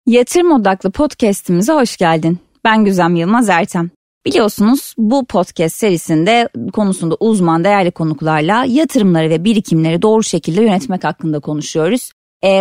Yatırım Odaklı Podcast'imize hoş geldin. Ben Güzem Yılmaz Ertem. Biliyorsunuz bu podcast serisinde konusunda uzman değerli konuklarla yatırımları ve birikimleri doğru şekilde yönetmek hakkında konuşuyoruz.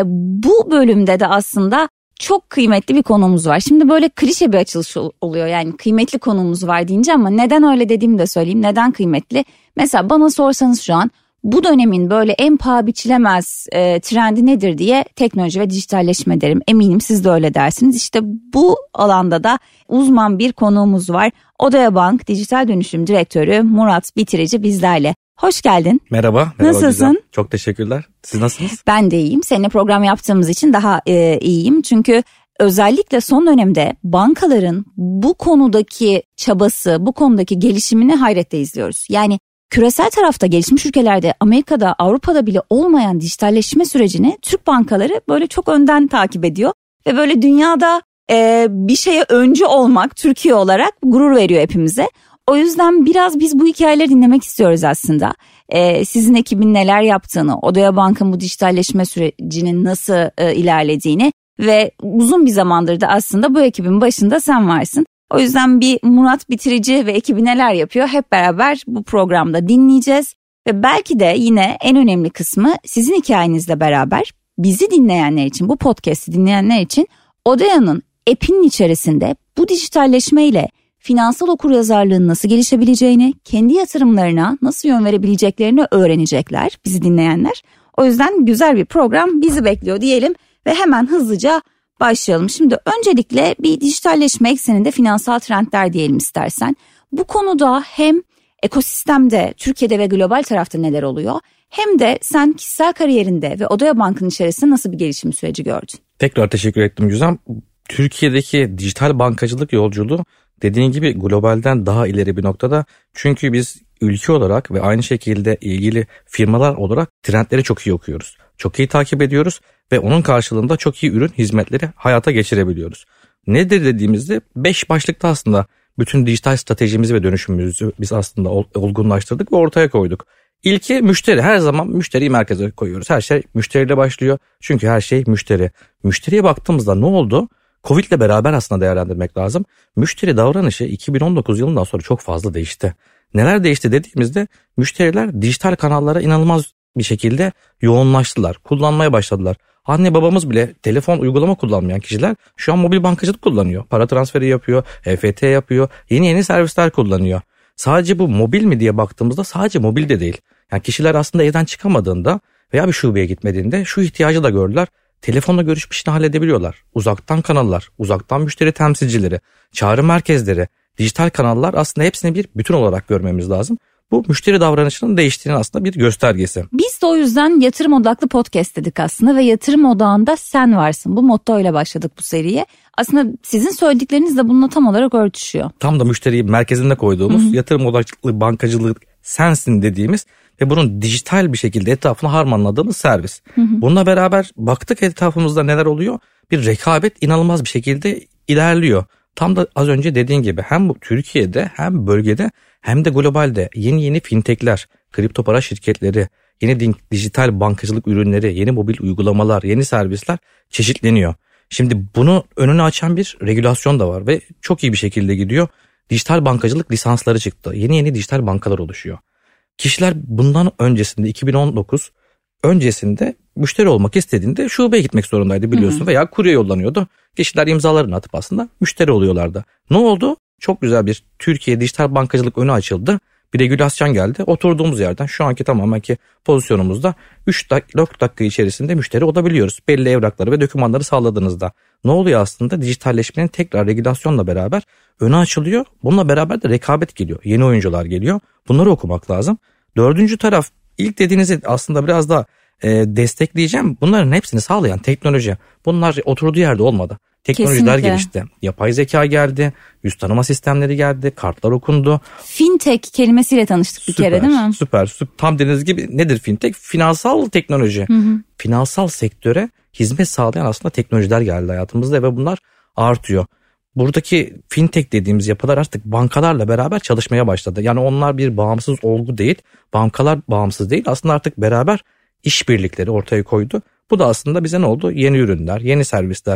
Bu bölümde de aslında çok kıymetli bir konuğumuz var. Şimdi böyle klişe bir açılış oluyor, yani kıymetli konuğumuz var deyince, ama neden öyle dediğimi de söyleyeyim. Neden kıymetli? Mesela bana sorsanız şu an bu dönemin böyle en paha biçilemez trendi nedir diye teknoloji ve dijitalleşme derim. Eminim siz de öyle dersiniz. İşte bu alanda da uzman bir konuğumuz var. Odea Bank Dijital Dönüşüm Direktörü Murat Bitirici bizlerle. Hoş geldin. Merhaba. Nasılsın? Güzel. Çok teşekkürler. Siz nasılsınız? Ben de iyiyim. Seninle program yaptığımız için daha iyiyim. Çünkü özellikle son dönemde bankaların bu konudaki çabası, bu konudaki gelişimini hayretle izliyoruz. Yani küresel tarafta, gelişmiş ülkelerde, Amerika'da, Avrupa'da bile olmayan dijitalleşme sürecini Türk bankaları böyle çok önden takip ediyor. Ve böyle dünyada bir şeye öncü olmak Türkiye olarak gurur veriyor hepimize. O yüzden biraz biz bu hikayeleri dinlemek istiyoruz aslında. Sizin ekibin neler yaptığını, Odea Bank'ın bu dijitalleşme sürecinin nasıl ilerlediğini ve uzun bir zamandır da aslında bu ekibin başında sen varsın. O yüzden bir Murat Bitirici ve ekibi neler yapıyor hep beraber bu programda dinleyeceğiz. Ve belki de yine en önemli kısmı sizin hikayenizle beraber bizi dinleyenler için, bu podcast'i dinleyenler için Odea'nın app'inin içerisinde bu dijitalleşmeyle finansal okuryazarlığın nasıl gelişebileceğini, kendi yatırımlarına nasıl yön verebileceklerini öğrenecekler bizi dinleyenler. O yüzden güzel bir program bizi bekliyor diyelim ve hemen hızlıca başlayalım. Şimdi öncelikle bir dijitalleşme ekseninde finansal trendler diyelim istersen. Bu konuda hem ekosistemde, Türkiye'de ve global tarafta neler oluyor, hem de sen kişisel kariyerinde ve Odea Bank'ın içerisinde nasıl bir gelişim süreci gördün? Tekrar teşekkür ettim Güzem. Türkiye'deki dijital bankacılık yolculuğu dediğin gibi globalden daha ileri bir noktada. Çünkü biz ülke olarak ve aynı şekilde ilgili firmalar olarak trendleri çok iyi okuyoruz. Çok iyi takip ediyoruz ve onun karşılığında çok iyi ürün, hizmetleri hayata geçirebiliyoruz. Nedir dediğimizde 5 başlıkta aslında bütün dijital stratejimizi ve dönüşümümüzü biz aslında olgunlaştırdık ve ortaya koyduk. İlki müşteri. Her zaman müşteriyi merkeze koyuyoruz. Her şey müşteriyle başlıyor. Çünkü her şey müşteri. Müşteriye baktığımızda ne oldu? Covid'le beraber aslında değerlendirmek lazım. Müşteri davranışı 2019 yılından sonra çok fazla değişti. Neler değişti dediğimizde müşteriler dijital kanallara inanılmaz bir şekilde yoğunlaştılar. Kullanmaya başladılar. Anne babamız bile telefon uygulama kullanmayan kişiler şu an mobil bankacılık kullanıyor. Para transferi yapıyor, EFT yapıyor, yeni servisler kullanıyor. Sadece bu mobil mi diye baktığımızda sadece mobil de değil. Yani kişiler aslında evden çıkamadığında veya bir şubeye gitmediğinde şu ihtiyacı da gördüler. Telefonla görüşüp işini halledebiliyorlar. Uzaktan kanallar, uzaktan müşteri temsilcileri, çağrı merkezleri, dijital kanallar, aslında hepsini bir bütün olarak görmemiz lazım. Bu müşteri davranışının değiştiğinin aslında bir göstergesi. Biz de o yüzden yatırım odaklı podcast dedik aslında ve yatırım odağında sen varsın. Bu motto ile başladık bu seriye. Aslında sizin söyledikleriniz de bununla tam olarak örtüşüyor. Tam da müşteriyi merkezinde koyduğumuz, yatırım odaklı bankacılık sensin dediğimiz ve bunun dijital bir şekilde etrafına harmanladığımız servis. Bununla beraber baktık etrafımızda neler oluyor. Bir rekabet inanılmaz bir şekilde ilerliyor. Tam da az önce dediğin gibi hem bu Türkiye'de hem bölgede hem de globalde yeni fintechler, kripto para şirketleri, yeni dijital bankacılık ürünleri, yeni mobil uygulamalar, yeni servisler çeşitleniyor. Şimdi bunu önünü açan bir regülasyon da var ve çok iyi bir şekilde gidiyor. Dijital bankacılık lisansları çıktı. Yeni dijital bankalar oluşuyor. Kişiler bundan öncesinde 2019 öncesinde müşteri olmak istediğinde şubeye gitmek zorundaydı biliyorsun, veya kurye yollanıyordu. Kişiler imzalarını atıp aslında müşteri oluyorlardı. Ne oldu? Çok güzel bir Türkiye dijital bankacılık önü açıldı. Bir regülasyon geldi. Oturduğumuz yerden şu anki tamamenki pozisyonumuzda 4 dakika içerisinde müşteri olabiliyoruz. Belli evrakları ve dokümanları sağladığınızda. Ne oluyor aslında? Dijitalleşmenin tekrar regülasyonla beraber önü açılıyor. Bununla beraber de rekabet geliyor. Yeni oyuncular geliyor. Bunları okumak lazım. Dördüncü taraf, ilk dediğinizi aslında biraz da destekleyeceğim. Bunların hepsini sağlayan teknoloji. Bunlar oturduğu yerde olmadı. Teknolojiler gelişti. Yapay zeka geldi. Yüz tanıma sistemleri geldi. Kartlar okundu. Fintech kelimesiyle tanıştık bir kere değil mi? Süper. Tam dediğiniz gibi nedir fintech? Finansal teknoloji. Finansal sektöre hizmet sağlayan aslında teknolojiler geldi hayatımızda ve bunlar artıyor. Buradaki fintech dediğimiz yapılar artık bankalarla beraber çalışmaya başladı. Yani onlar bir bağımsız olgu değil. Bankalar bağımsız değil. Aslında artık beraber işbirlikleri ortaya koydu. Bu da aslında bize ne oldu? Yeni ürünler, yeni servisler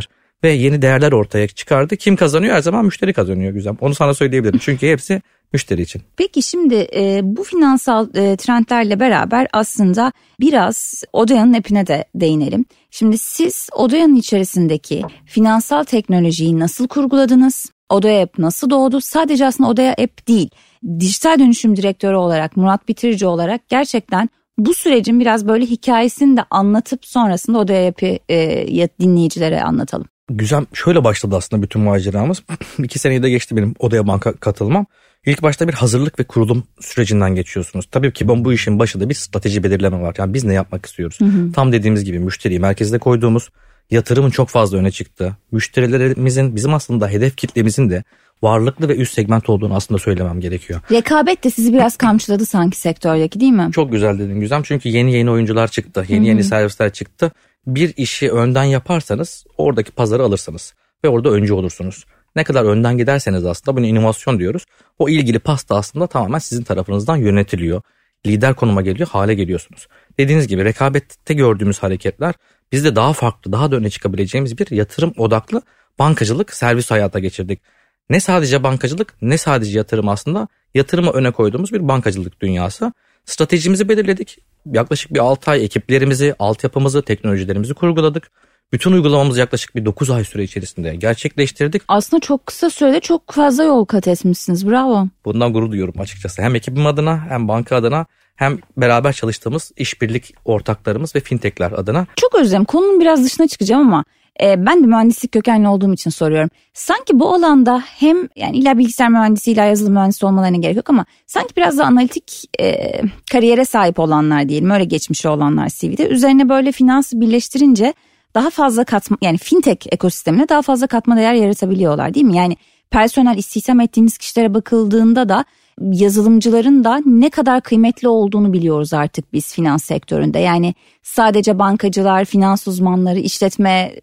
ve yeni değerler ortaya çıkardı. Kim kazanıyor? Her zaman müşteri kazanıyor Güzem. Onu sana söyleyebilirim. Çünkü hepsi müşteri için. Peki şimdi bu finansal trendlerle beraber aslında biraz Odoya'nın app'ine de değinelim. Şimdi siz Odoya'nın içerisindeki finansal teknolojiyi nasıl kurguladınız? Odoya app nasıl doğdu? Sadece aslında Odoya app değil. Dijital dönüşüm direktörü olarak, Murat Bitirici olarak gerçekten bu sürecin biraz böyle hikayesini de anlatıp sonrasında Odoya app'i dinleyicilere anlatalım. Güzel, şöyle başladı aslında bütün maceramız. 2 seneyi de geçti benim Odoya Bank'a katılmam. İlk başta bir hazırlık ve kurulum sürecinden geçiyorsunuz. Tabii ki bu işin başında bir strateji belirleme var. Yani biz ne yapmak istiyoruz? Tam dediğimiz gibi müşteriyi merkezde koyduğumuz, yatırımın çok fazla öne çıktığı, müşterilerimizin, bizim aslında hedef kitlemizin de varlıklı ve üst segment olduğunu aslında söylemem gerekiyor. Rekabet de sizi biraz kamçıladı sanki sektördeki, değil mi? Çok güzel dedin Güzem, çünkü yeni oyuncular çıktı, yeni servisler çıktı. Bir işi önden yaparsanız oradaki pazarı alırsınız ve orada öncü olursunuz. Ne kadar önden giderseniz aslında bunu inovasyon diyoruz. O ilgili pasta aslında tamamen sizin tarafınızdan yönetiliyor. Lider konuma geliyor, hale geliyorsunuz. Dediğiniz gibi rekabette gördüğümüz hareketler bizde daha farklı, daha da öne çıkabileceğimiz bir yatırım odaklı bankacılık servis hayata geçirdik. Ne sadece bankacılık, ne sadece yatırım, aslında yatırıma öne koyduğumuz bir bankacılık dünyası. Stratejimizi belirledik. Yaklaşık bir 6 ay ekiplerimizi, altyapımızı, teknolojilerimizi kurguladık. Bütün uygulamamızı yaklaşık bir 9 ay süre içerisinde gerçekleştirdik. Aslında çok kısa sürede çok fazla yol kat etmişsiniz. Bravo. Bundan gurur duyuyorum açıkçası. Hem ekibim adına, hem banka adına, hem beraber çalıştığımız işbirlik ortaklarımız ve fintechler adına. Çok özledim. Konunun biraz dışına çıkacağım ama ben de mühendislik kökenli olduğum için soruyorum. Sanki bu alanda hem yani illa bilgisayar mühendisi, illa yazılım mühendisi olmalarına gerek yok ama sanki biraz da analitik kariyere sahip olanlar diyelim, öyle geçmişi olanlar CV'de. Üzerine böyle finansı birleştirince daha fazla katma, yani fintech ekosistemine daha fazla katma değer yaratabiliyorlar, değil mi? Yani personel istihdam ettiğiniz kişilere bakıldığında da yazılımcıların da ne kadar kıymetli olduğunu biliyoruz artık biz finans sektöründe. Yani sadece bankacılar, finans uzmanları, işletme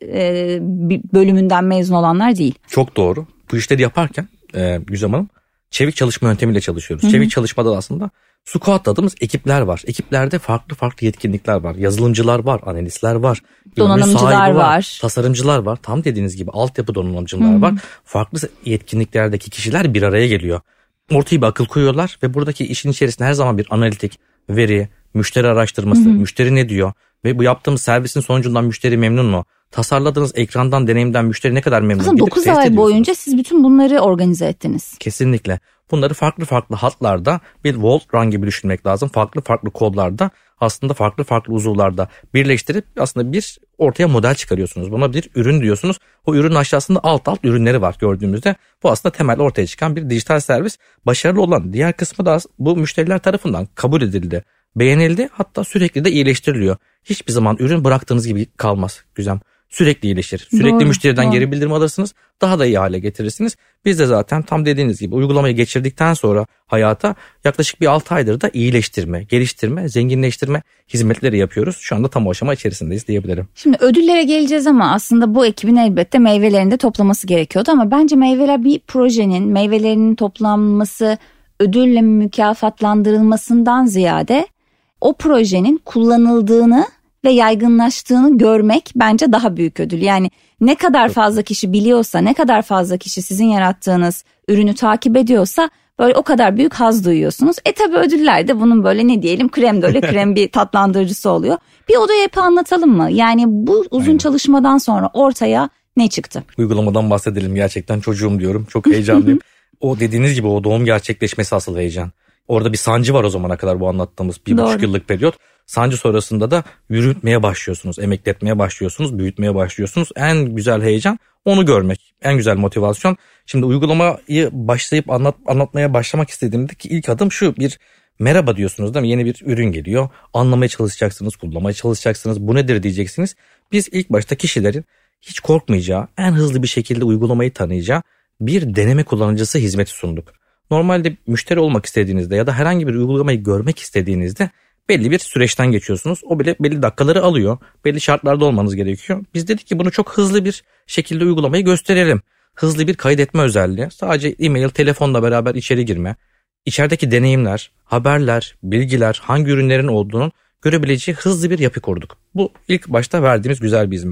bölümünden mezun olanlar değil. Çok doğru. Bu işleri yaparken Güzem Hanım, çevik çalışma yöntemiyle çalışıyoruz. Çevik çalışmada da aslında squad adımız ekipler var. Ekiplerde farklı yetkinlikler var. Yazılımcılar var, analistler var, donanımcılar var, tasarımcılar var. Tam dediğiniz gibi altyapı donanımcılar var. Farklı yetkinliklerdeki kişiler bir araya geliyor. Ortaya bir akıl koyuyorlar ve buradaki işin içerisinde her zaman bir analitik, veri, müşteri araştırması, müşteri ne diyor ve bu yaptığımız servisin sonucundan müşteri memnun mu? Tasarladığınız ekrandan, deneyimden müşteri ne kadar memnun? Aslında 9 ay boyunca siz bütün bunları organize ettiniz. Kesinlikle. Bunları farklı hatlarda bir wall run gibi düşünmek lazım. Farklı kodlarda, aslında farklı uzuvlarda birleştirip aslında bir ortaya model çıkarıyorsunuz. Buna bir ürün diyorsunuz. O ürünün aşağısında alt ürünleri var gördüğümüzde. Bu aslında temel ortaya çıkan bir dijital servis. Başarılı olan diğer kısmı da bu müşteriler tarafından kabul edildi, beğenildi, hatta sürekli de iyileştiriliyor. Hiçbir zaman ürün bıraktığınız gibi kalmaz Güzem. Sürekli iyileşir. Sürekli müşteriden geri bildirim alırsınız. Daha da iyi hale getirirsiniz. Biz de zaten tam dediğiniz gibi uygulamayı geçirdikten sonra hayata yaklaşık bir 6 aydır da iyileştirme, geliştirme, zenginleştirme hizmetleri yapıyoruz. Şu anda tam o aşama içerisindeyiz diyebilirim. Şimdi ödüllere geleceğiz ama aslında bu ekibin elbette meyvelerini de toplaması gerekiyordu. Ama bence meyveler bir projenin meyvelerinin toplanması, ödülle mükafatlandırılmasından ziyade o projenin kullanıldığını ve yaygınlaştığını görmek bence daha büyük ödül. Yani ne kadar fazla kişi biliyorsa, ne kadar fazla kişi sizin yarattığınız ürünü takip ediyorsa böyle o kadar büyük haz duyuyorsunuz. Tabii ödüller de bunun böyle ne diyelim krem de öyle krem bir tatlandırıcısı oluyor. Bir Odoya app'i anlatalım mı? Yani bu uzun çalışmadan sonra ortaya ne çıktı? Uygulamadan bahsedelim, gerçekten çocuğum diyorum, çok heyecanlıyım. O dediğiniz gibi o doğum gerçekleşmesi asıl heyecan. Orada bir sancı var o zamana kadar bu anlattığımız 1,5 yıllık periyot. Sancı sonrasında da yürütmeye başlıyorsunuz, emekletmeye başlıyorsunuz, büyütmeye başlıyorsunuz. En güzel heyecan onu görmek, en güzel motivasyon. Şimdi uygulamayı başlayıp anlatmaya başlamak istediğimde ki ilk adım şu: bir merhaba diyorsunuz değil mi? Yeni bir ürün geliyor, anlamaya çalışacaksınız, kullanmaya çalışacaksınız, bu nedir diyeceksiniz. Biz ilk başta kişilerin hiç korkmayacağı, en hızlı bir şekilde uygulamayı tanıyacağı bir deneme kullanıcısı hizmeti sunduk. Normalde müşteri olmak istediğinizde ya da herhangi bir uygulamayı görmek istediğinizde belli bir süreçten geçiyorsunuz. O bile belli dakikaları alıyor. Belli şartlarda olmanız gerekiyor. Biz dedik ki bunu çok hızlı bir şekilde uygulamayı gösterelim. Hızlı bir kaydetme özelliği. Sadece e-mail, telefonla beraber içeri girme, İçerideki deneyimler, haberler, bilgiler, hangi ürünlerin olduğunu görebileceği hızlı bir yapı kurduk. Bu ilk başta verdiğimiz güzel bir hizmet.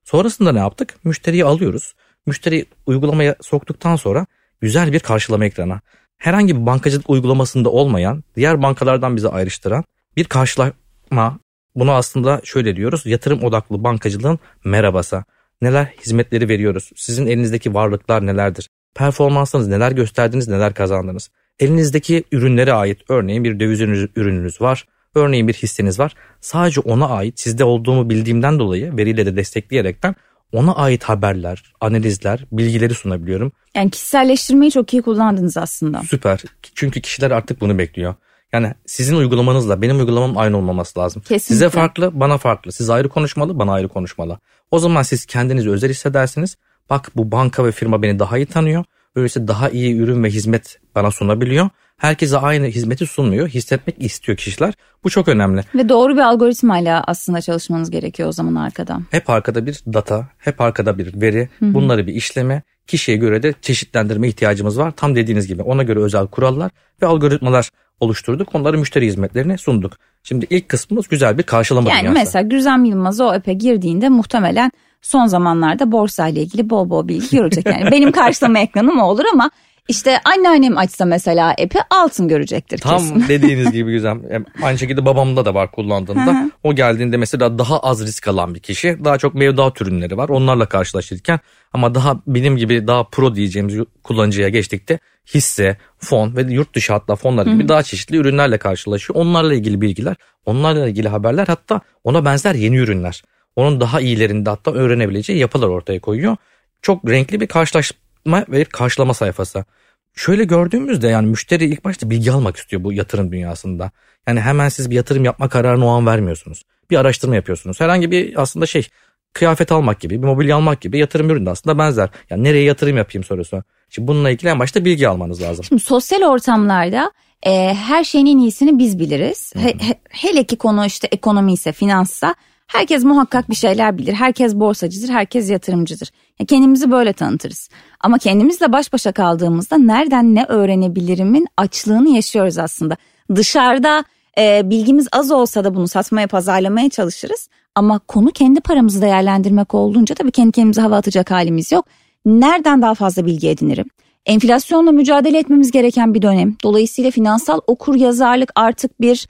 Sonrasında ne yaptık? Müşteriyi alıyoruz. Müşteriyi uygulamaya soktuktan sonra güzel bir karşılama ekranı. Herhangi bir bankacılık uygulamasında olmayan, diğer bankalardan bizi ayrıştıran bir karşılama. Bunu aslında şöyle diyoruz: yatırım odaklı bankacılığın merhabası. Neler hizmetleri veriyoruz? Sizin elinizdeki varlıklar nelerdir? Performansınız neler gösterdiniz, neler kazandınız? Elinizdeki ürünlere ait, örneğin bir döviz ürününüz var. Örneğin bir hisseniz var. Sadece ona ait, sizde olduğumu bildiğimden dolayı veriyle de destekleyerekten ona ait haberler, analizler, bilgileri sunabiliyorum. Yani kişiselleştirmeyi çok iyi kullandınız aslında. Süper. Çünkü kişiler artık bunu bekliyor. Yani sizin uygulamanızla benim uygulamam aynı olmaması lazım. Kesinlikle. Size farklı, bana farklı. Siz ayrı konuşmalı, bana ayrı konuşmalı. O zaman siz kendinizi özel hissedersiniz. Bak, bu banka ve firma beni daha iyi tanıyor. Öyleyse daha iyi ürün ve hizmet bana sunabiliyor. Herkese aynı hizmeti sunmuyor. Hissetmek istiyor kişiler. Bu çok önemli. Ve doğru bir algoritmayla aslında çalışmanız gerekiyor o zaman arkada. Hep arkada bir data, hep arkada bir veri. Bunları bir işleme, kişiye göre de çeşitlendirme ihtiyacımız var. Tam dediğiniz gibi ona göre özel kurallar ve algoritmalar oluşturduk. Onları müşteri hizmetlerine sunduk. Şimdi ilk kısmımız güzel bir karşılama dünyası. Yani mesela Güzem Yılmaz o app'e girdiğinde muhtemelen son zamanlarda borsa ile ilgili bol bilgi görecek. Yani benim karşılama ekranım o olur ama işte anneannem açsa mesela app'i altın görecektir kesin. Tam dediğiniz gibi Güzem. Aynı şekilde babamda da var kullandığında. O geldiğinde mesela daha az risk alan bir kişi. Daha çok mevduat ürünleri var. Onlarla karşılaşırken ama daha benim gibi daha pro diyeceğimiz kullanıcıya geçtikte hisse, fon ve yurt dışı hatta fonlar gibi daha çeşitli ürünlerle karşılaşıyor. Onlarla ilgili bilgiler, onlarla ilgili haberler, hatta ona benzer yeni ürünler. Onun daha iyilerinde hatta öğrenebileceği yapılar ortaya koyuyor. Çok renkli bir karşılaşma ve karşılama sayfası. Şöyle gördüğümüzde yani müşteri ilk başta bilgi almak istiyor bu yatırım dünyasında. Yani hemen siz bir yatırım yapma kararını o an vermiyorsunuz. Bir araştırma yapıyorsunuz. Herhangi bir aslında kıyafet almak gibi, bir mobilya almak gibi yatırım ürünü de aslında benzer. Yani nereye yatırım yapayım sorusu. Şimdi bununla ilgili en başta bilgi almanız lazım. Şimdi sosyal ortamlarda her şeyin en iyisini biz biliriz. Hele ki konu işte ekonomi ise, finanssa herkes muhakkak bir şeyler bilir. Herkes borsacıdır, herkes yatırımcıdır. Kendimizi böyle tanıtırız. Ama kendimizle baş başa kaldığımızda nereden ne öğrenebilirimin açlığını yaşıyoruz aslında. Dışarıda bilgimiz az olsa da bunu satmaya, pazarlamaya çalışırız. Ama konu kendi paramızı değerlendirmek olduğunca tabii kendi kendimize hava atacak halimiz yok. Nereden daha fazla bilgi edinirim? Enflasyonla mücadele etmemiz gereken bir dönem. Dolayısıyla finansal okuryazarlık artık bir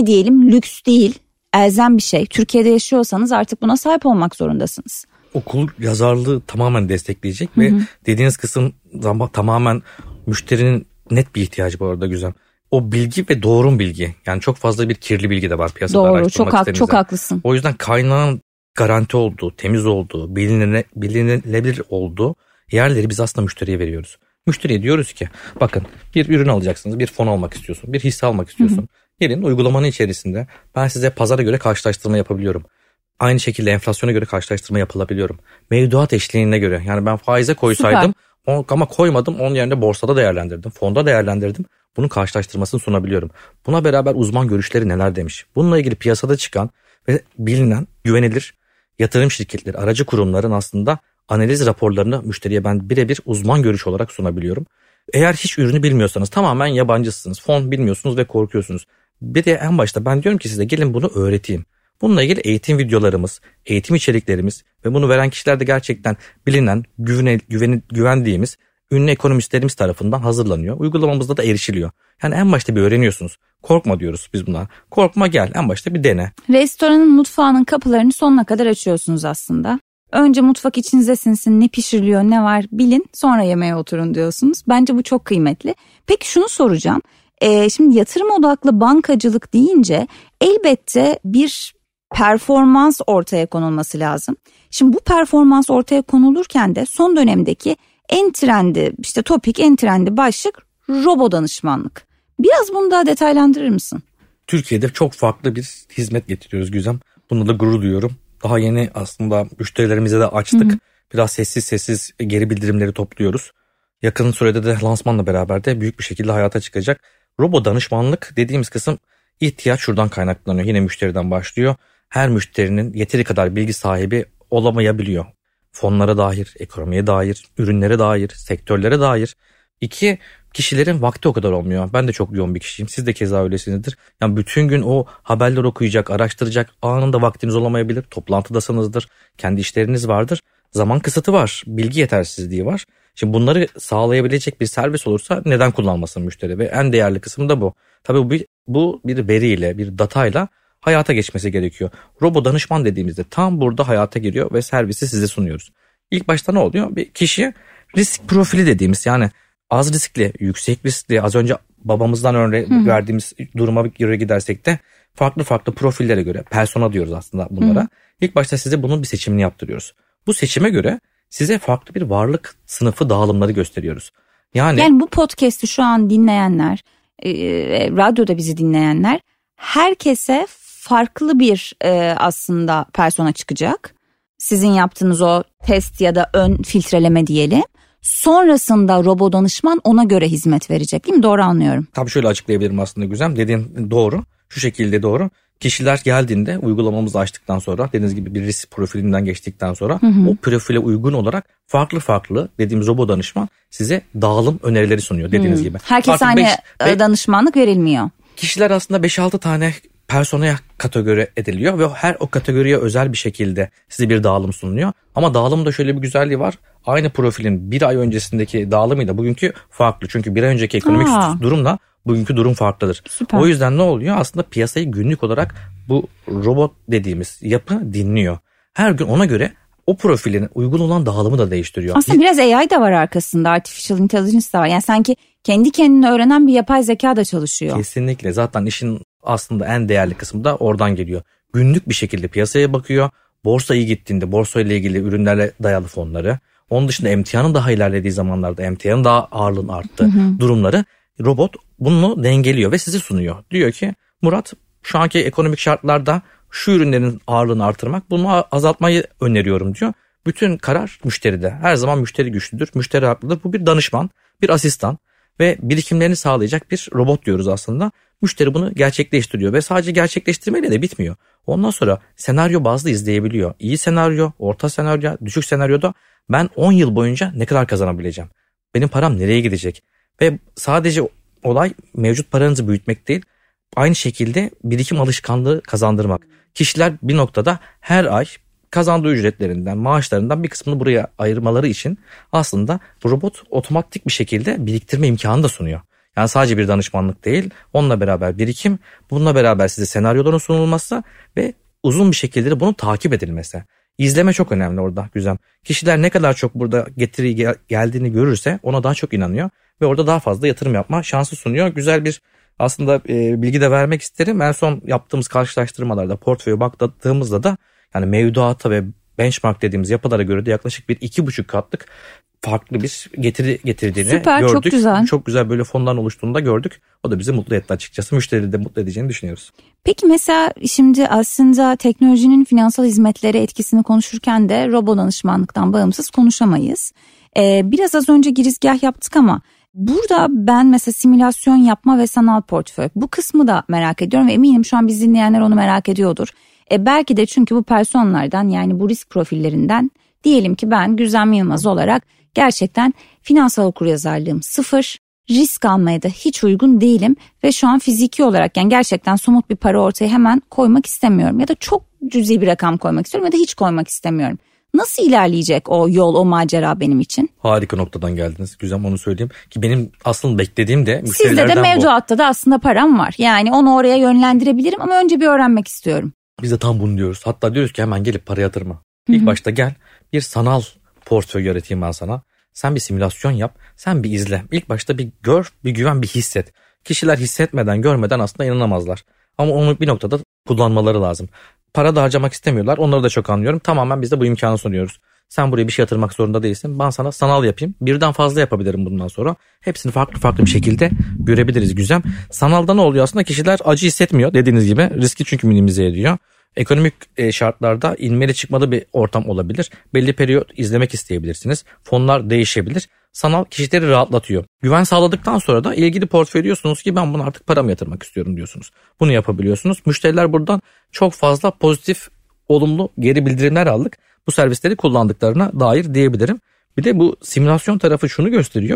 lüks değil, elzem bir şey. Türkiye'de yaşıyorsanız artık buna sahip olmak zorundasınız. Okul yazarlığı tamamen destekleyecek ve dediğiniz kısım tamamen müşterinin net bir ihtiyacı bu arada Güzem. O bilgi ve doğru bilgi. Yani çok fazla bir kirli bilgi de var piyasada. Doğru, çok haklısın. O yüzden kaynağın garanti olduğu, temiz olduğu, bilinebilir olduğu yerleri biz aslında müşteriye veriyoruz. Müşteriye diyoruz ki bakın, bir ürün alacaksınız, bir fon almak istiyorsun, bir hisse almak istiyorsun. Gelin uygulamanın içerisinde ben size pazara göre karşılaştırma yapabiliyorum. Aynı şekilde enflasyona göre karşılaştırma yapılabiliyorum. Mevduat eşliğine göre, yani ben faize koysaydım ama koymadım, onun yerine borsada değerlendirdim, fonda değerlendirdim. Bunun karşılaştırmasını sunabiliyorum. Buna beraber uzman görüşleri neler demiş. Bununla ilgili piyasada çıkan ve bilinen, güvenilir yatırım şirketleri, aracı kurumların aslında analiz raporlarını müşteriye ben birebir uzman görüş olarak sunabiliyorum. Eğer hiç ürünü bilmiyorsanız, tamamen yabancısınız, fon bilmiyorsunuz ve korkuyorsunuz. Bir de en başta ben diyorum ki size gelin bunu öğreteyim. Bununla ilgili eğitim videolarımız, eğitim içeriklerimiz ve bunu veren kişiler de gerçekten bilinen, güvendiğimiz ünlü ekonomistlerimiz tarafından hazırlanıyor. Uygulamamızda da erişiliyor. Yani en başta bir öğreniyorsunuz. Korkma diyoruz biz buna. Korkma, gel en başta bir dene. Restoranın mutfağının kapılarını sonuna kadar açıyorsunuz aslında. Önce mutfak içinize sinsin, ne pişiriliyor, ne var bilin, sonra yemeğe oturun diyorsunuz. Bence bu çok kıymetli. Peki şunu soracağım. Şimdi yatırım odaklı bankacılık deyince elbette bir performans ortaya konulması lazım. Şimdi bu performans ortaya konulurken de son dönemdeki en trendi başlık robo danışmanlık. Biraz bunu daha detaylandırır mısın? Türkiye'de çok farklı bir hizmet getiriyoruz Güzem. Bunu da gurur duyuyorum. Daha yeni aslında müşterilerimize de açtık. Biraz sessiz geri bildirimleri topluyoruz. Yakın sürede de lansmanla beraber de büyük bir şekilde hayata çıkacak. Robo danışmanlık dediğimiz kısım, ihtiyaç şuradan kaynaklanıyor. Yine müşteriden başlıyor. Her müşterinin yeteri kadar bilgi sahibi olamayabiliyor. Fonlara dair, ekonomiye dair, ürünlere dair, sektörlere dair. 2, kişilerin vakti o kadar olmuyor. Ben de çok yoğun bir kişiyim. Siz de keza öylesinizdir. Yani bütün gün o haberler okuyacak, araştıracak, anında vaktiniz olamayabilir. Toplantıdasınızdır, kendi işleriniz vardır. Zaman kısıtı var, bilgi yetersizliği var. Şimdi bunları sağlayabilecek bir servis olursa neden kullanmasın müşteri? Ve en değerli kısım da bu. Tabii bu bir veriyle, bir datayla hayata geçmesi gerekiyor. Robo danışman dediğimizde tam burada hayata giriyor ve servisi size sunuyoruz. İlk başta ne oluyor? Bir kişi risk profili dediğimiz, yani az riskli, yüksek riskli, az önce babamızdan örnek verdiğimiz duruma göre gidersek de farklı profillere göre, persona diyoruz aslında bunlara. İlk başta size bunun bir seçimini yaptırıyoruz. Bu seçime göre size farklı bir varlık sınıfı dağılımları gösteriyoruz. Yani bu podcast'i şu an dinleyenler, radyoda bizi dinleyenler, herkese farklı bir aslında persona çıkacak. Sizin yaptığınız o test ya da ön filtreleme diyelim. Sonrasında robo danışman ona göre hizmet verecek, değil mi? Doğru anlıyorum. Tabii şöyle açıklayabilirim aslında Güzem. Dediğin doğru. Şu şekilde doğru. Kişiler geldiğinde uygulamamızı açtıktan sonra, dediğiniz gibi bir risk profilinden geçtikten sonra o profile uygun olarak farklı dediğimiz robo danışman size dağılım önerileri sunuyor dediğiniz gibi. Herkes aynı danışmanlık verilmiyor. Kişiler aslında 5-6 tane personaya kategori ediliyor ve her o kategoriye özel bir şekilde size bir dağılım sunuluyor. Ama dağılımda şöyle bir güzelliği var. Aynı profilin bir ay öncesindeki dağılımıyla bugünkü farklı. Çünkü bir ay önceki ekonomik durumla bugünkü durum farklıdır. Süper. O yüzden ne oluyor? Aslında piyasayı günlük olarak bu robot dediğimiz yapı dinliyor. Her gün ona göre o profilin uygun olan dağılımı da değiştiriyor. Aslında biraz AI da var arkasında, artificial intelligence da var. Yani sanki kendi kendine öğrenen bir yapay zeka da çalışıyor. Kesinlikle. Zaten işin aslında en değerli kısmı da oradan geliyor. Günlük bir şekilde piyasaya bakıyor. Borsa iyi gittiğinde borsayla ilgili ürünlerle dayalı fonları. Onun dışında emtianın daha ilerlediği zamanlarda emtianın daha ağırlığın arttığı durumları robot bunu dengeliyor ve size sunuyor. Diyor ki Murat, şu anki ekonomik şartlarda şu ürünlerin ağırlığını artırmak, bunu azaltmayı öneriyorum diyor. Bütün karar müşteride. Her zaman müşteri güçlüdür, müşteri haklıdır. Bu bir danışman, bir asistan ve birikimlerini sağlayacak bir robot diyoruz aslında. Müşteri bunu gerçekleştiriyor ve sadece gerçekleştirmeyle de bitmiyor. Ondan sonra senaryo bazlı izleyebiliyor. İyi senaryo, orta senaryo, düşük senaryoda ben 10 yıl boyunca ne kadar kazanabileceğim? Benim param nereye gidecek? Ve sadece olay mevcut paranızı büyütmek değil, aynı şekilde birikim alışkanlığı kazandırmak. Kişiler bir noktada her ay kazandığı ücretlerinden, maaşlarından bir kısmını buraya ayırmaları için aslında bu robot otomatik bir şekilde biriktirme imkanı da sunuyor. Yani sadece bir danışmanlık değil, onunla beraber birikim, bununla beraber size senaryoların sunulması ve uzun bir şekilde de bunun takip edilmesi. İzleme çok önemli orada Güzem. Kişiler ne kadar çok burada getiri geldiğini görürse ona daha çok inanıyor ve orada daha fazla yatırım yapma şansı sunuyor. Güzel bir aslında bilgi de vermek isterim. En son yaptığımız karşılaştırmalarda portföye baktığımızda da yani mevduata ve benchmark dediğimiz yapılara göre de yaklaşık bir 2,5 katlık farklı bir getiri getirdiğini Süper, gördük. Çok güzel. Çok güzel böyle fonların oluştuğunu da gördük. O da bizi mutlu etti açıkçası. Müşterileri de mutlu edeceğini düşünüyoruz. Peki mesela şimdi aslında teknolojinin finansal hizmetlere etkisini konuşurken de robo danışmanlıktan bağımsız konuşamayız. Biraz az önce girizgah yaptık ama burada ben mesela simülasyon yapma ve sanal portföy, bu kısmı da merak ediyorum ve eminim şu an biz dinleyenler onu merak ediyordur. Belki de çünkü bu personlardan, yani bu risk profillerinden, diyelim ki ben Güzem Yılmaz olarak gerçekten finansal okuryazarlığım 0, risk almaya da hiç uygun değilim ve şu an fiziki olarak yani gerçekten somut bir para ortaya hemen koymak istemiyorum ya da çok cüzi bir rakam koymak istiyorum ya da hiç koymak istemiyorum. Nasıl ilerleyecek o yol, o macera benim için? Harika noktadan geldiniz Güzem, onu söyleyeyim ki benim aslında beklediğim de müşterilerden Sizde de mevduatta da aslında param var. Yani onu oraya yönlendirebilirim ama önce bir öğrenmek istiyorum. Biz de tam bunu diyoruz. Hatta diyoruz ki hemen gelip para yatırma. İlk başta gel, bir sanal portföy öğreteyim ben sana. Sen bir simülasyon yap, sen bir izle. İlk başta bir gör, bir güven, bir hisset. Kişiler hissetmeden, görmeden aslında inanamazlar. Ama onu bir noktada kullanmaları lazım. Para da harcamak istemiyorlar. Onları da çok anlıyorum. Tamamen biz de bu imkanı sunuyoruz. Sen buraya bir şey yatırmak zorunda değilsin. Ben sana sanal yapayım. Birden fazla yapabilirim bundan sonra. Hepsini farklı bir şekilde görebiliriz Güzem. Sanalda ne oluyor aslında? Kişiler acı hissetmiyor dediğiniz gibi. Riski çünkü minimize ediyor. Ekonomik şartlarda inmeli çıkmalı bir ortam olabilir. Belli periyot izlemek isteyebilirsiniz. Fonlar değişebilir. Sanal kişileri rahatlatıyor. Güven sağladıktan sonra da ilgili portföy diyorsunuz ki ben bunu artık paramı yatırmak istiyorum diyorsunuz. Bunu yapabiliyorsunuz. Müşteriler buradan çok fazla pozitif, olumlu geri bildirimler aldık. Bu servisleri kullandıklarına dair diyebilirim. Bir de bu simülasyon tarafı şunu gösteriyor. Bir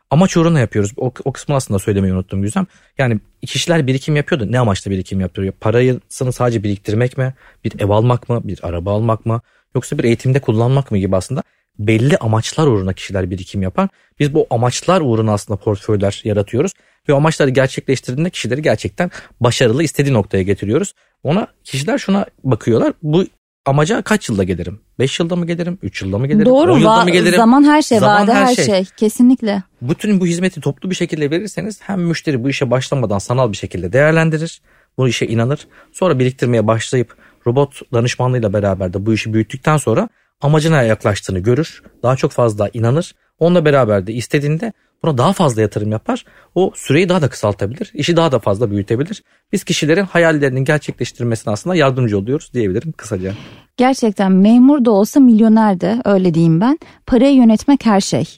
Amaç uğruna yapıyoruz. O kısmını aslında söylemeyi unuttum Güzem. Yani kişiler birikim yapıyordu. Ne amaçla birikim yapıyor? Parasını sadece biriktirmek mi? Bir ev almak mı? Bir araba almak mı? Yoksa bir eğitimde kullanmak mı gibi aslında belli amaçlar uğruna kişiler birikim yapar. Biz bu amaçlar uğruna aslında portföyler yaratıyoruz. Ve o amaçları gerçekleştirdiğinde kişileri gerçekten başarılı, istediği noktaya getiriyoruz. Kişiler şuna bakıyorlar. Bu amaca kaç yılda gelirim? 5 yılda mı gelirim? 3 yılda mı gelirim? Doğru, 10 yılda mı gelirim? Zaman her şey, vade her şey. Kesinlikle. Bütün bu hizmeti toplu bir şekilde verirseniz hem müşteri bu işe başlamadan sanal bir şekilde değerlendirir. Bu işe inanır. Sonra biriktirmeye başlayıp robot danışmanlığıyla beraber de bu işi büyüttükten sonra amacına yaklaştığını görür. Daha çok fazla inanır. Onunla beraber de istediğinde buna daha fazla yatırım yapar. O süreyi daha da kısaltabilir. İşi daha da fazla büyütebilir. Biz kişilerin hayallerinin gerçekleştirmesine aslında yardımcı oluyoruz diyebilirim kısaca. Gerçekten memur da olsa milyoner de, öyle diyeyim ben. Parayı yönetmek her şey.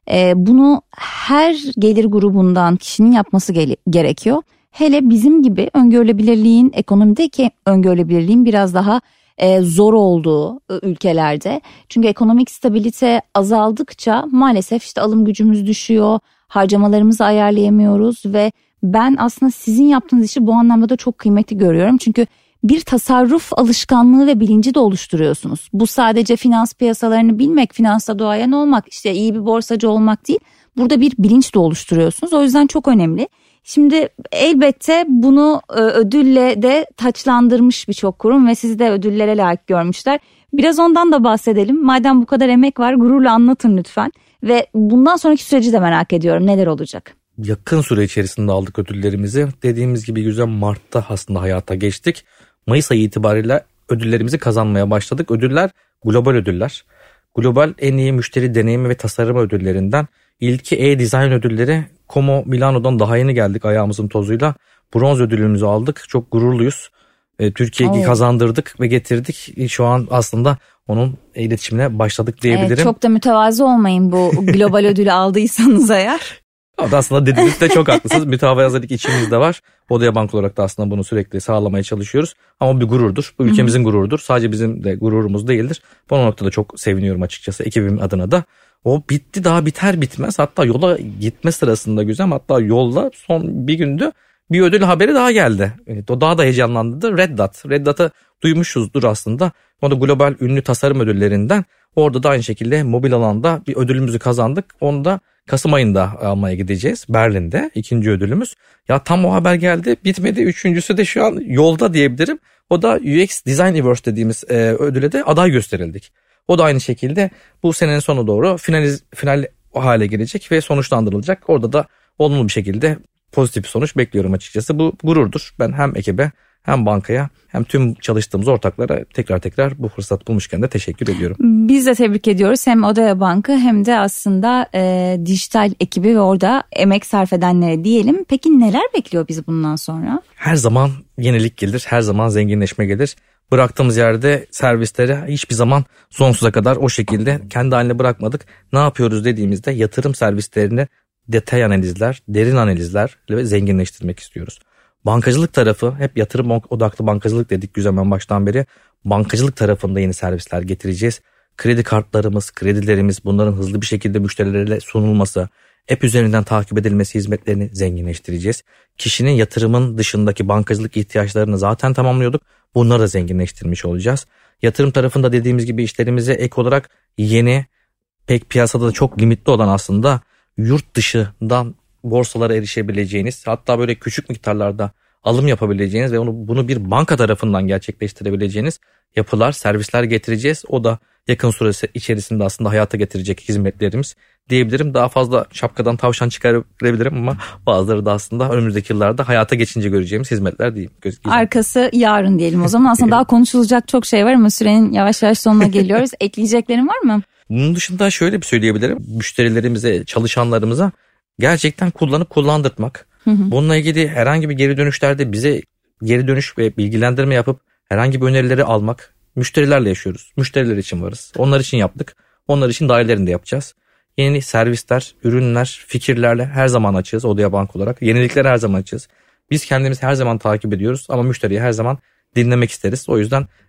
Bunu her gelir grubundan kişinin yapması gerekiyor. Hele bizim gibi öngörülebilirliğin, ekonomideki öngörülebilirliğin biraz daha zor olduğu ülkelerde. Çünkü ekonomik stabilite azaldıkça maalesef işte alım gücümüz düşüyor, harcamalarımızı ayarlayamıyoruz ve ben aslında sizin yaptığınız işi bu anlamda da çok kıymetli görüyorum. Çünkü bir tasarruf alışkanlığı ve bilinci de oluşturuyorsunuz. Bu sadece finans piyasalarını bilmek, finansta duayen olmak, işte iyi bir borsacı olmak değil. Burada bir bilinç de oluşturuyorsunuz. O yüzden çok önemli. Şimdi elbette bunu ödülle de taçlandırmış birçok kurum ve sizi de ödüllere layık görmüşler. Biraz ondan da bahsedelim. Madem bu kadar emek var, gururla anlatın lütfen. Ve bundan sonraki süreci de merak ediyorum. Neler olacak? Yakın süre içerisinde aldık ödüllerimizi. Dediğimiz gibi güzel Mart'ta aslında hayata geçtik. Mayıs ayı itibariyle ödüllerimizi kazanmaya başladık. Ödüller global ödüller. Global en iyi müşteri deneyimi ve tasarım ödüllerinden ilki e-design ödülleri Como Milano'dan daha yeni geldik ayağımızın tozuyla. Bronz ödülümüzü aldık. Çok gururluyuz. Türkiye'yi kazandırdık ve getirdik. Şu an aslında onun iletişimine başladık diyebilirim. Çok da mütevazı olmayın bu global ödülü aldıysanız eğer. Aslında dediğinizde çok haklısınız. Mütevazılık içimizde var. Odaya Bank olarak da aslında bunu sürekli sağlamaya çalışıyoruz. Ama bir gururdur. Bu ülkemizin gururudur. Sadece bizim de gururumuz değildir. Bu noktada çok seviniyorum açıkçası ekibim adına da. O bitti, daha biter bitmez. Hatta yola gitme sırasında güzel. Hatta yolda son bir gündü bir ödül haberi daha geldi. O daha da heyecanlandırdı. Red Dot. Red Dot'ı duymuşuzdur aslında. O da global ünlü tasarım ödüllerinden. Orada da aynı şekilde mobil alanda bir ödülümüzü kazandık. Onu da Kasım ayında almaya gideceğiz. Berlin'de 2. ödülümüz. Ya tam o haber geldi, bitmedi. 3.'sü de şu an yolda diyebilirim. O da UX Design Awards dediğimiz ödüle de aday gösterildik. O da aynı şekilde bu senenin sonu doğru final hale gelecek ve sonuçlandırılacak. Orada da olumlu bir şekilde pozitif bir sonuç bekliyorum açıkçası. Bu gururdur. Ben hem ekibe hem bankaya hem tüm çalıştığımız ortaklara tekrar bu fırsat bulmuşken de teşekkür ediyorum. Biz de tebrik ediyoruz hem Odaya Bank'ı hem de aslında dijital ekibi ve orada emek sarf edenlere diyelim. Peki neler bekliyor bizi bundan sonra? Her zaman yenilik gelir, her zaman zenginleşme gelir. Bıraktığımız yerde servisleri hiçbir zaman sonsuza kadar o şekilde kendi haline bırakmadık. Ne yapıyoruz dediğimizde yatırım servislerini detay analizler, derin analizlerle zenginleştirmek istiyoruz. Bankacılık tarafı hep yatırım odaklı bankacılık dedik Güzemen baştan beri. Bankacılık tarafında yeni servisler getireceğiz. Kredi kartlarımız, kredilerimiz bunların hızlı bir şekilde müşterilere sunulması, app üzerinden takip edilmesi hizmetlerini zenginleştireceğiz. Kişinin yatırımın dışındaki bankacılık ihtiyaçlarını zaten tamamlıyorduk. Bunları da zenginleştirmiş olacağız. Yatırım tarafında dediğimiz gibi işlerimize ek olarak yeni, pek piyasada da çok limitli olan aslında yurt dışından borsalara erişebileceğiniz, hatta böyle küçük miktarlarda alım yapabileceğiniz ve bunu bir banka tarafından gerçekleştirebileceğiniz yapılar, servisler getireceğiz. O da yakın süresi içerisinde aslında hayata getirecek hizmetlerimiz diyebilirim. Daha fazla şapkadan tavşan çıkarabilirim ama bazıları da aslında önümüzdeki yıllarda hayata geçince göreceğimiz hizmetler değil. Arkası yarın diyelim o zaman. Aslında daha konuşulacak çok şey var ama sürenin yavaş yavaş sonuna geliyoruz. Ekleyeceklerin var mı? Bunun dışında şöyle bir söyleyebilirim. Müşterilerimize, çalışanlarımıza gerçekten kullanıp kullandırtmak. Bununla ilgili herhangi bir geri dönüşlerde bize geri dönüş ve bilgilendirme yapıp herhangi bir önerileri almak. Müşterilerle yaşıyoruz. Müşteriler için varız. Onlar için yaptık. Onlar için daha ilerinde yapacağız. Yeni servisler, ürünler, fikirlerle her zaman açığız Odaya Bank olarak. Yenilikleri her zaman açığız. Biz kendimizi her zaman takip ediyoruz ama müşteriyi her zaman dinlemek isteriz. O yüzden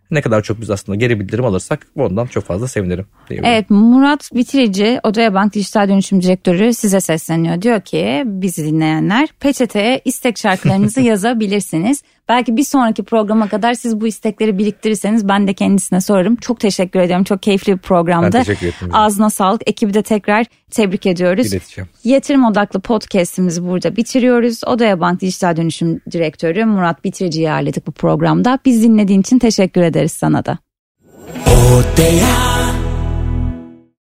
Ne kadar çok biz aslında geri bildirim alırsak ondan çok fazla sevinirim. Evet, Murat Bitirici, Odaya Bank Dijital Dönüşüm Direktörü size sesleniyor. Diyor ki bizi dinleyenler peçeteye istek şarkılarınızı yazabilirsiniz. Belki bir sonraki programa kadar siz bu istekleri biriktirirseniz ben de kendisine sorarım. Çok teşekkür ediyorum. Çok keyifli bir programdı. Ben teşekkür ederim. Ağzına sağlık. Ekibi de tekrar tebrik ediyoruz. İleteceğim. Yatırım odaklı podcast'imizi burada bitiriyoruz. Odaya Bank Dijital Dönüşüm Direktörü Murat Bitirici'yi ağırladık bu programda. Biz dinlediğin için teşekkür ederiz sana da. Odaya.